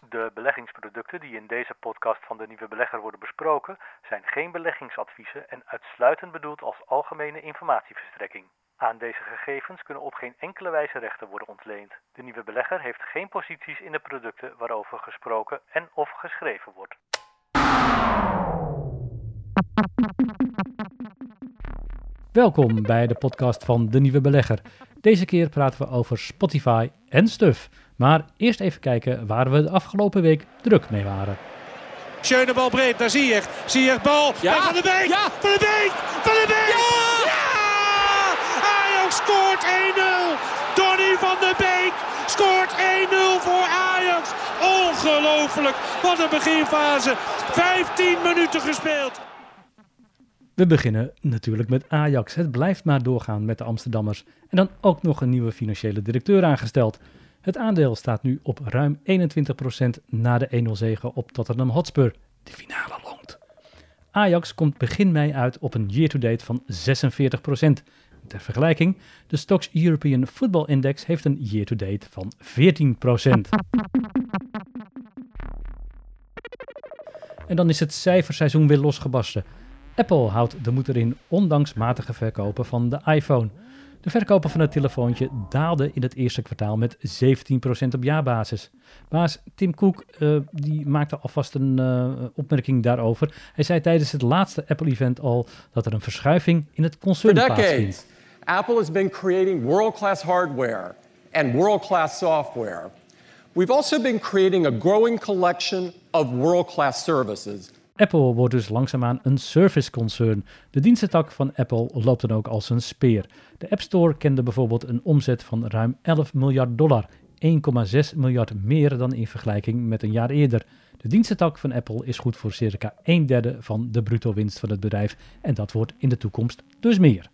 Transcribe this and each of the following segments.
De beleggingsproducten die in deze podcast van de Nieuwe Belegger worden besproken, zijn geen beleggingsadviezen en uitsluitend bedoeld als algemene informatieverstrekking. Aan deze gegevens kunnen op geen enkele wijze rechten worden ontleend. De Nieuwe Belegger heeft geen posities in de producten waarover gesproken en of geschreven wordt. Welkom bij de podcast van De Nieuwe Belegger. Deze keer praten we over Spotify en Stuf. Maar eerst even kijken waar we de afgelopen week druk mee waren. Schöne bal breed naar Ziyech. Ziyech bal. Ja. Van de Beek. Ja. Van de Beek. Van de Beek. Ja. Ja! Ajax scoort 1-0. Donny van de Beek scoort 1-0 voor Ajax. Ongelooflijk. Wat een beginfase. 15 minuten gespeeld. We beginnen natuurlijk met Ajax. Het blijft maar doorgaan met de Amsterdammers. En dan ook nog een nieuwe financiële directeur aangesteld. Het aandeel staat nu op ruim 21% na de 1-0 zege op Tottenham Hotspur. De finale longt. Ajax komt begin mei uit op een year-to-date van 46%. Ter vergelijking, de Stocks European Football Index heeft een year-to-date van 14%. En dan is het cijferseizoen weer losgebarsten. Apple houdt de moed erin ondanks matige verkopen van de iPhone. De verkopen van het telefoontje daalden in het eerste kwartaal met 17% op jaarbasis. Baas Tim Cook die maakte alvast een opmerking daarover. Hij zei tijdens het laatste Apple-event al dat er een verschuiving in het concern plaatsvindt. Apple has been creating world-class hardware and world-class software. We've also been creating a growing collection of world-class services. Apple wordt dus langzaamaan een service concern. De dienstentak van Apple loopt dan ook als een speer. De App Store kende bijvoorbeeld een omzet van ruim $11 miljard, 1,6 miljard meer dan in vergelijking met een jaar eerder. De dienstentak van Apple is goed voor circa 1/3 van de bruto winst van het bedrijf en dat wordt in de toekomst dus meer.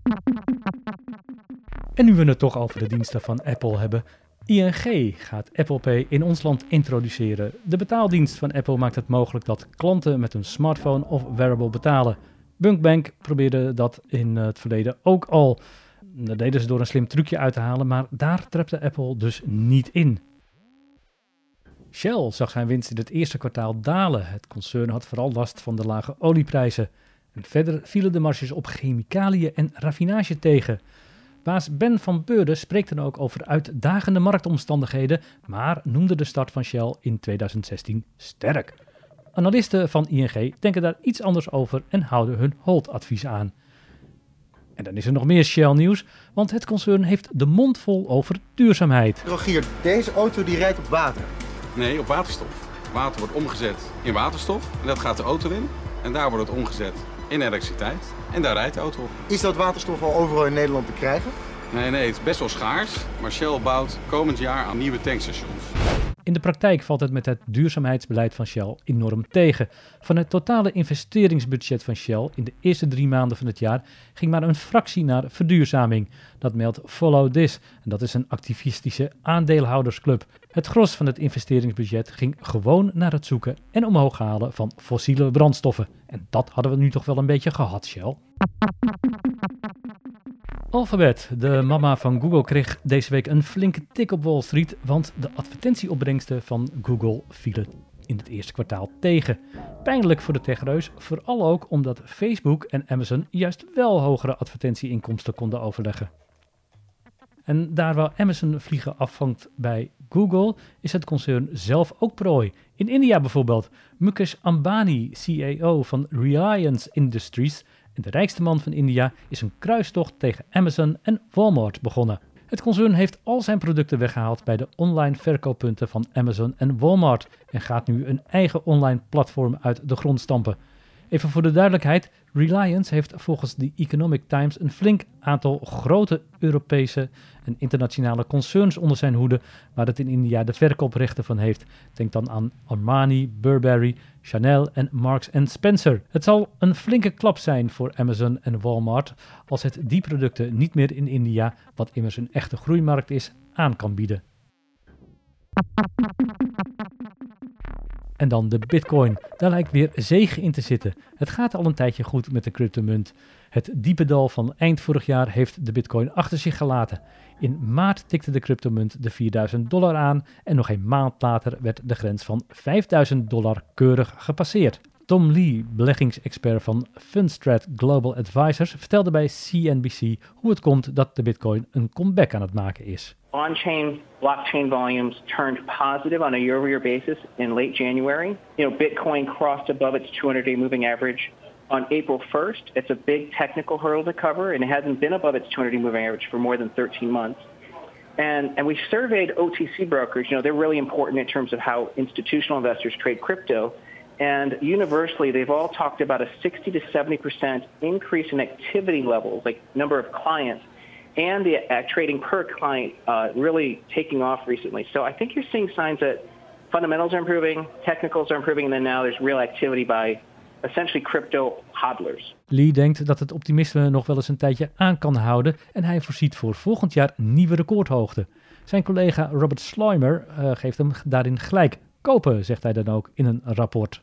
En nu we het toch over de diensten van Apple hebben, ING gaat Apple Pay in ons land introduceren. De betaaldienst van Apple maakt het mogelijk dat klanten met een smartphone of wearable betalen. Bunkbank probeerde dat in het verleden ook al. Dat deden ze door een slim trucje uit te halen, maar daar trapte Apple dus niet in. Shell zag zijn winst in het eerste kwartaal dalen. Het concern had vooral last van de lage olieprijzen. En verder vielen de marges op chemicaliën en raffinage tegen. Baas Ben van Beurden spreekt dan ook over uitdagende marktomstandigheden, maar noemde de start van Shell in 2016 sterk. Analisten van ING denken daar iets anders over en houden hun holdadvies aan. En dan is er nog meer Shell-nieuws, want het concern heeft de mond vol over duurzaamheid. Rogier, deze auto die rijdt op water. Nee, op waterstof. Water wordt omgezet in waterstof en dat gaat de auto in. En daar wordt het omgezet in elektriciteit en daar rijdt de auto op. Is dat waterstof al overal in Nederland te krijgen? Nee, het is best wel schaars, maar Shell bouwt komend jaar aan nieuwe tankstations. In de praktijk valt het met het duurzaamheidsbeleid van Shell enorm tegen. Van het totale investeringsbudget van Shell in de eerste 3 maanden van het jaar ging maar een fractie naar verduurzaming. Dat meldt Follow This en dat is een activistische aandeelhoudersclub. Het gros van het investeringsbudget ging gewoon naar het zoeken en omhoog halen van fossiele brandstoffen. En dat hadden we nu toch wel een beetje gehad, Shell. Alphabet, de mama van Google, kreeg deze week een flinke tik op Wall Street, want de advertentieopbrengsten van Google vielen in het eerste kwartaal tegen. Pijnlijk voor de techreus, vooral ook omdat Facebook en Amazon juist wel hogere advertentieinkomsten konden overleggen. En daar waar Amazon vliegen afvangt bij Google, is het concern zelf ook prooi. In India bijvoorbeeld, Mukesh Ambani, CEO van Reliance Industries en de rijkste man van India, is een kruistocht tegen Amazon en Walmart begonnen. Het concern heeft al zijn producten weggehaald bij de online verkooppunten van Amazon en Walmart en gaat nu een eigen online platform uit de grond stampen. Even voor de duidelijkheid, Reliance heeft volgens de Economic Times een flink aantal grote Europese en internationale concerns onder zijn hoede, waar het in India de verkooprechten van heeft. Denk dan aan Armani, Burberry, Chanel en Marks & Spencer. Het zal een flinke klap zijn voor Amazon en Walmart als het die producten niet meer in India, wat immers een echte groeimarkt is, aan kan bieden. En dan de Bitcoin. Daar lijkt weer zege in te zitten. Het gaat al een tijdje goed met de cryptomunt. Het diepe dal van eind vorig jaar heeft de Bitcoin achter zich gelaten. In maart tikte de cryptomunt de $4.000 aan en nog een maand later werd de grens van $5.000 keurig gepasseerd. Tom Lee, beleggingsexpert van Fundstrat Global Advisors, vertelde bij CNBC hoe het komt dat de Bitcoin een comeback aan het maken is. On-chain blockchain volumes turned positive on a year-over-year basis in late January. Bitcoin crossed above its 200-day moving average on April 1st. It's a big technical hurdle to cover, and it hasn't been above its 200-day moving average for more than 13 months. And we surveyed OTC brokers. They're really important in terms of how institutional investors trade crypto. And universally, they've all talked about a 60 to 70% increase in activity levels, like number of clients, and the trading per client really taking off recently. So I think you're seeing signs that fundamentals are improving, technicals are improving, and then now there's real activity by essentially crypto hodlers. Lee denkt dat het optimisme nog wel eens een tijdje aan kan houden en hij voorziet voor volgend jaar nieuwe recordhoogte. Zijn collega Robert Schleimer geeft hem daarin gelijk. Kopen, zegt hij dan ook in een rapport.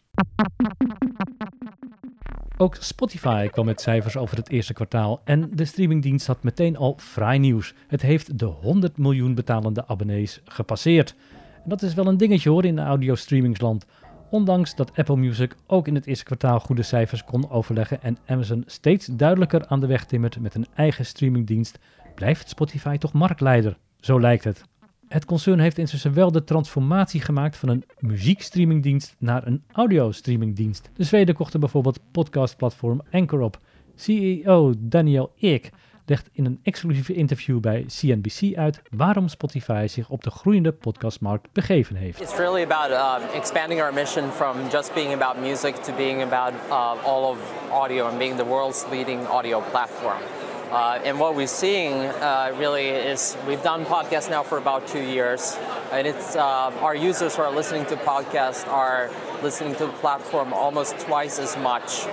Ook Spotify kwam met cijfers over het eerste kwartaal en de streamingdienst had meteen al fraai nieuws. Het heeft de 100 miljoen betalende abonnees gepasseerd. En dat is wel een dingetje hoor in audio-streamingsland. Ondanks dat Apple Music ook in het eerste kwartaal goede cijfers kon overleggen en Amazon steeds duidelijker aan de weg timmert met een eigen streamingdienst, blijft Spotify toch marktleider. Zo lijkt het. Het concern heeft intussen wel de transformatie gemaakt van een muziekstreamingdienst naar een audio-streamingdienst. De Zweden kochten bijvoorbeeld podcastplatform Anchor op. CEO Daniel Ek legt in een exclusieve interview bij CNBC uit waarom Spotify zich op de groeiende podcastmarkt begeven heeft. It's really about expanding our mission from just being about music to being about all of audio and being the world's leading audio platform. And what we're seeing really is we've done podcasts now for about 2 years, and it's our users who are listening to podcasts are listening to the platform almost twice as much.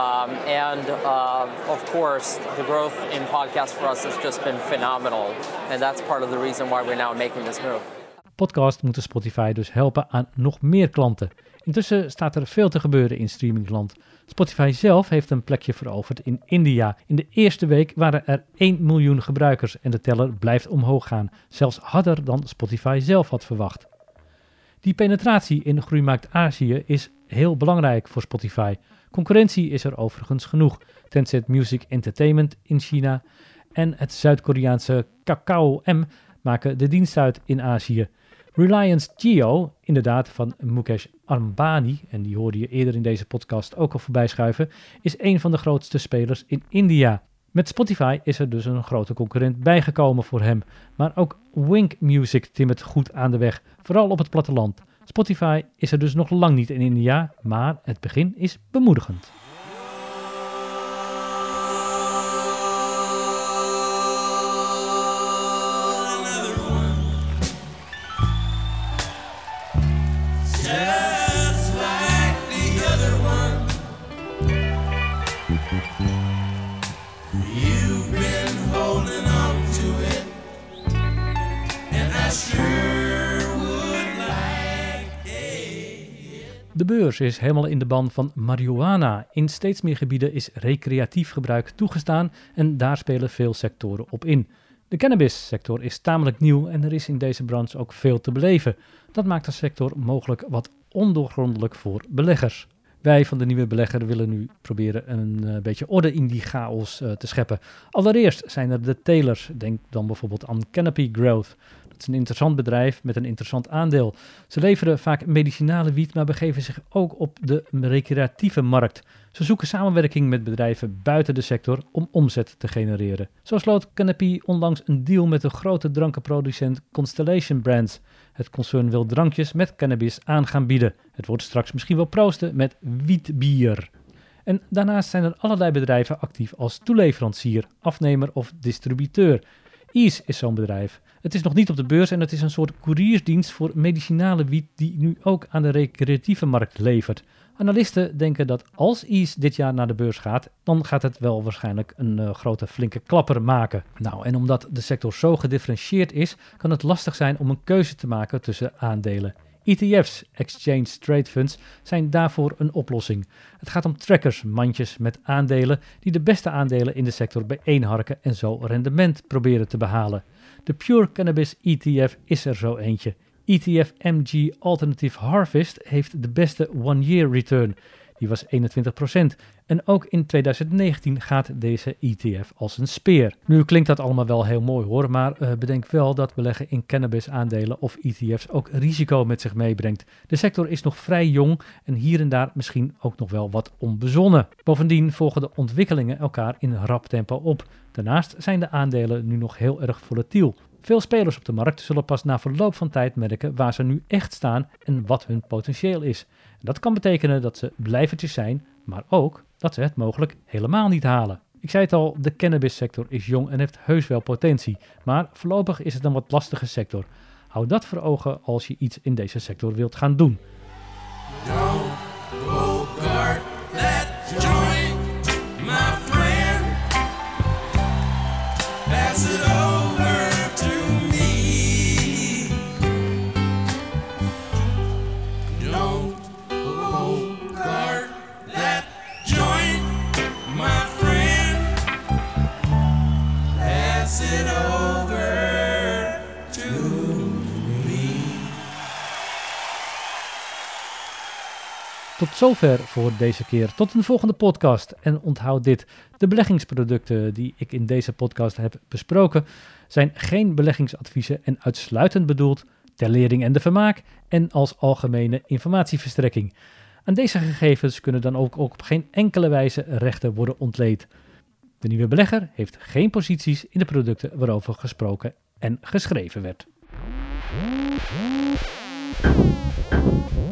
And of course, the growth in podcasts for us has just been phenomenal, and that's part of the reason why we're now making this move. Podcast moeten Spotify dus helpen aan nog meer klanten. Intussen staat er veel te gebeuren in streamingsland. Spotify zelf heeft een plekje veroverd in India. In de eerste week waren er 1 miljoen gebruikers en de teller blijft omhoog gaan. Zelfs harder dan Spotify zelf had verwacht. Die penetratie in de groeimarkt Azië is heel belangrijk voor Spotify. Concurrentie is er overigens genoeg. Tencent Music Entertainment in China en het Zuid-Koreaanse Kakao M maken de dienst uit in Azië. Reliance Jio, inderdaad van Mukesh Ambani, en die hoorde je eerder in deze podcast ook al voorbij schuiven, is een van de grootste spelers in India. Met Spotify is er dus een grote concurrent bijgekomen voor hem. Maar ook Wink Music timmert goed aan de weg, vooral op het platteland. Spotify is er dus nog lang niet in India, maar het begin is bemoedigend. De beurs is helemaal in de ban van marihuana. In steeds meer gebieden is recreatief gebruik toegestaan en daar spelen veel sectoren op in. De cannabissector is tamelijk nieuw en er is in deze branche ook veel te beleven. Dat maakt de sector mogelijk wat ondoorgrondelijk voor beleggers. Wij van de Nieuwe Belegger willen nu proberen een beetje orde in die chaos te scheppen. Allereerst zijn er de telers. Denk dan bijvoorbeeld aan Canopy Growth. Dat is een interessant bedrijf met een interessant aandeel. Ze leveren vaak medicinale wiet, maar begeven zich ook op de recreatieve markt. Ze zoeken samenwerking met bedrijven buiten de sector om omzet te genereren. Zo sloot Canopy onlangs een deal met de grote drankenproducent Constellation Brands. Het concern wil drankjes met cannabis aan gaan bieden. Het wordt straks misschien wel proosten met wietbier. En daarnaast zijn er allerlei bedrijven actief als toeleverancier, afnemer of distributeur. Ease is zo'n bedrijf. Het is nog niet op de beurs en het is een soort couriersdienst voor medicinale wiet die nu ook aan de recreatieve markt levert. Analisten denken dat als Ease dit jaar naar de beurs gaat, dan gaat het wel waarschijnlijk een grote flinke klapper maken. Nou, en omdat de sector zo gedifferentieerd is, kan het lastig zijn om een keuze te maken tussen aandelen. ETF's, Exchange Trade Funds, zijn daarvoor een oplossing. Het gaat om trackers, mandjes met aandelen die de beste aandelen in de sector bijeenharken en zo rendement proberen te behalen. De Pure Cannabis ETF is er zo eentje. ETF MG Alternative Harvest heeft de beste one-year return. Die was 21%. En ook in 2019 gaat deze ETF als een speer. Nu klinkt dat allemaal wel heel mooi hoor, maar bedenk wel dat beleggen in cannabis aandelen of ETF's ook risico met zich meebrengt. De sector is nog vrij jong en hier en daar misschien ook nog wel wat onbezonnen. Bovendien volgen de ontwikkelingen elkaar in rap tempo op. Daarnaast zijn de aandelen nu nog heel erg volatiel. Veel spelers op de markt zullen pas na verloop van tijd merken waar ze nu echt staan en wat hun potentieel is. Dat kan betekenen dat ze blijvertjes zijn, maar ook dat ze het mogelijk helemaal niet halen. Ik zei het al, de cannabissector is jong en heeft heus wel potentie, maar voorlopig is het een wat lastige sector. Hou dat voor ogen als je iets in deze sector wilt gaan doen. Tot zover voor deze keer. Tot een volgende podcast. En onthoud dit. De beleggingsproducten die ik in deze podcast heb besproken zijn geen beleggingsadviezen en uitsluitend bedoeld ter lering en de vermaak en als algemene informatieverstrekking. Aan deze gegevens kunnen dan ook op geen enkele wijze rechten worden ontleend. De Nieuwe Belegger heeft geen posities in de producten waarover gesproken en geschreven werd.